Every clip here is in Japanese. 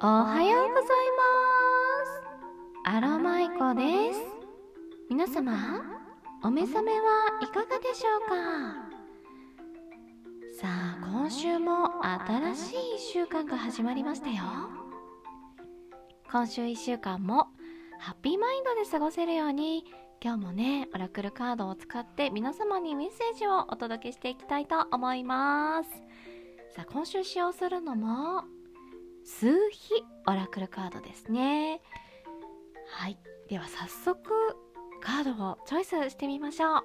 おはようございます。アロマイコです。皆様、お目覚めはいかがでしょうか。さあ、今週も新しい1週間が始まりましたよ。今週1週間もハッピーマインドで過ごせるように、今日もね、オラクルカードを使って皆様にメッセージをお届けしていきたいと思います。さあ、今週使用するのも数比オラクルカードですね。はい、では早速カードをチョイスしてみましょう。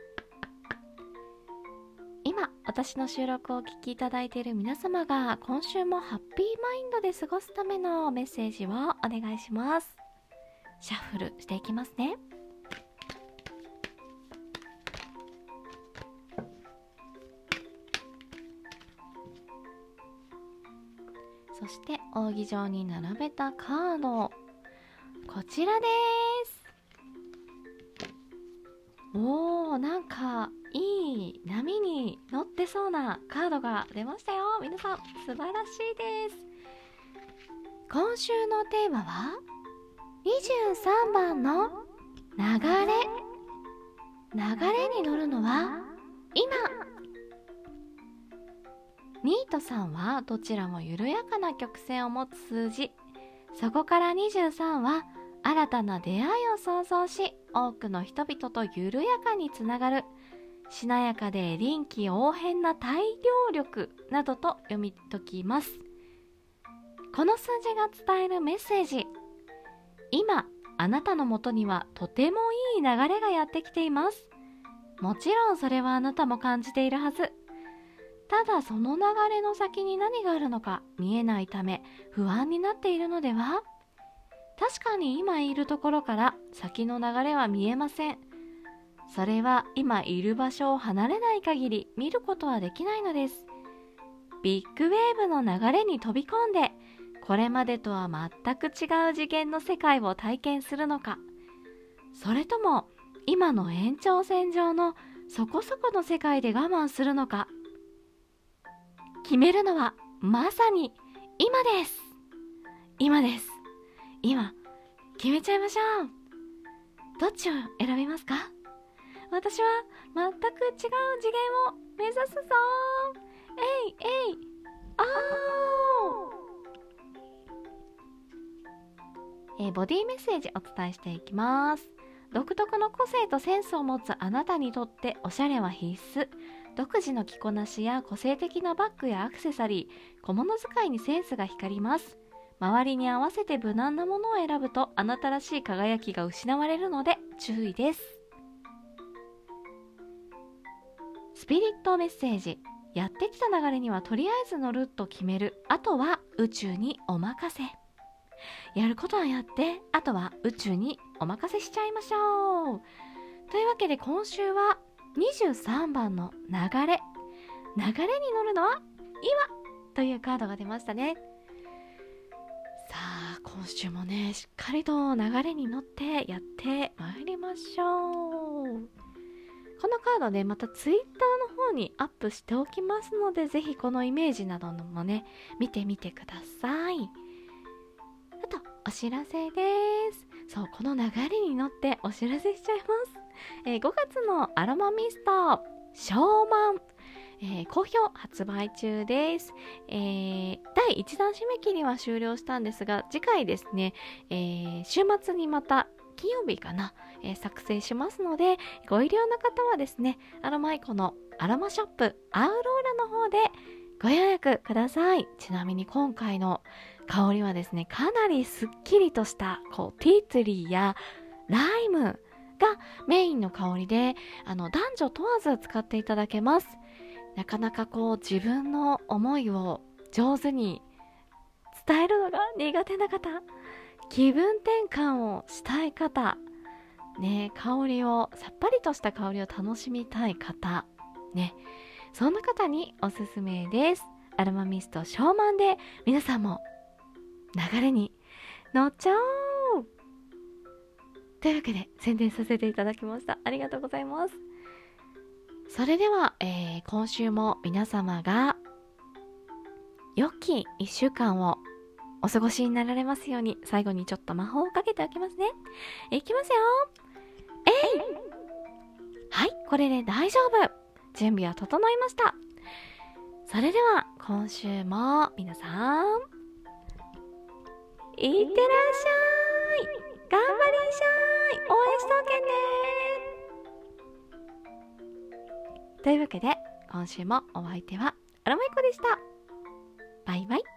今私の収録をお聞きいただいている皆様が今週もハッピーマインドで過ごすためのメッセージをお願いします。シャッフルしていきますね。そして扇状に並べたカード、こちらです。なんかいい波に乗ってそうなカードが出ましたよ。皆さん素晴らしいです。今週のテーマは23番の流れに乗るのは今。ニートさんはどちらも緩やかな曲線を持つ数字、そこから23は新たな出会いを創造し、多くの人々と緩やかにつながる、しなやかで臨機応変な対応力などと読み解きます。この数字が伝えるメッセージ、今あなたのもとにはとてもいい流れがやってきています。もちろんそれはあなたも感じているはず。ただその流れの先に何があるのか見えないため不安になっているのでは。確かに今いるところから先の流れは見えません。それは今いる場所を離れない限り見ることはできないのです。ビッグウェーブの流れに飛び込んで、これまでとは全く違う次元の世界を体験するのか、それとも今の延長線上のそこそこの世界で我慢するのか、決めるのはまさに今です。今です。今決めちゃいましょう。どっちを選びますか？私は全く違う次元を目指すぞ。えいえいボディメッセージお伝えしていきます。独特の個性とセンスを持つあなたにとっておしゃれは必須。独自の着こなしや個性的なバッグやアクセサリー、小物使いにセンスが光ります。周りに合わせて無難なものを選ぶとあなたらしい輝きが失われるので注意です。スピリットメッセージ、やってきた流れにはとりあえず乗ると決める。あとは宇宙にお任せ。やることはやって、あとは宇宙にお任せしちゃいましょう。というわけで今週は23番の流れに乗るのは今というカードが出ましたね。さあ、今週もね、しっかりと流れに乗ってやってまいりましょう。このカードね、またツイッターの方にアップしておきますので、ぜひこのイメージなどもね、見てみてください。あとお知らせです。そう、この流れに乗ってお知らせしちゃいます。5月のアロマミストショーマン、好評発売中です。第1弾締め切りは終了したんですが、次回ですね、週末にまた金曜日かな、作成しますので、ご入りの方はですね、アロマイコのアロマショップアウローラの方でご予約ください。ちなみに今回の香りはですね、かなりすっきりとしたティーツリーやライムがメインの香りで、男女問わず使っていただけます。なかなか自分の思いを上手に伝えるのが苦手な方、気分転換をしたい方、ね、香りをさっぱりとした香りを楽しみたい方、ね、そんな方におすすめです。アロマミストショーマンで皆さんも流れに乗っちゃおうというわけで宣伝させていただきました。ありがとうございます。それでは、今週も皆様が良き1週間をお過ごしになられますように、最後にちょっと魔法をかけておきますね。いきますよ。はい、これで大丈夫。準備は整いました。それでは今週も皆さん、いってらっしゃい。頑張りんしゃい。応援しとけね。というわけで今週もお相手はアロマイコでした。バイバイ。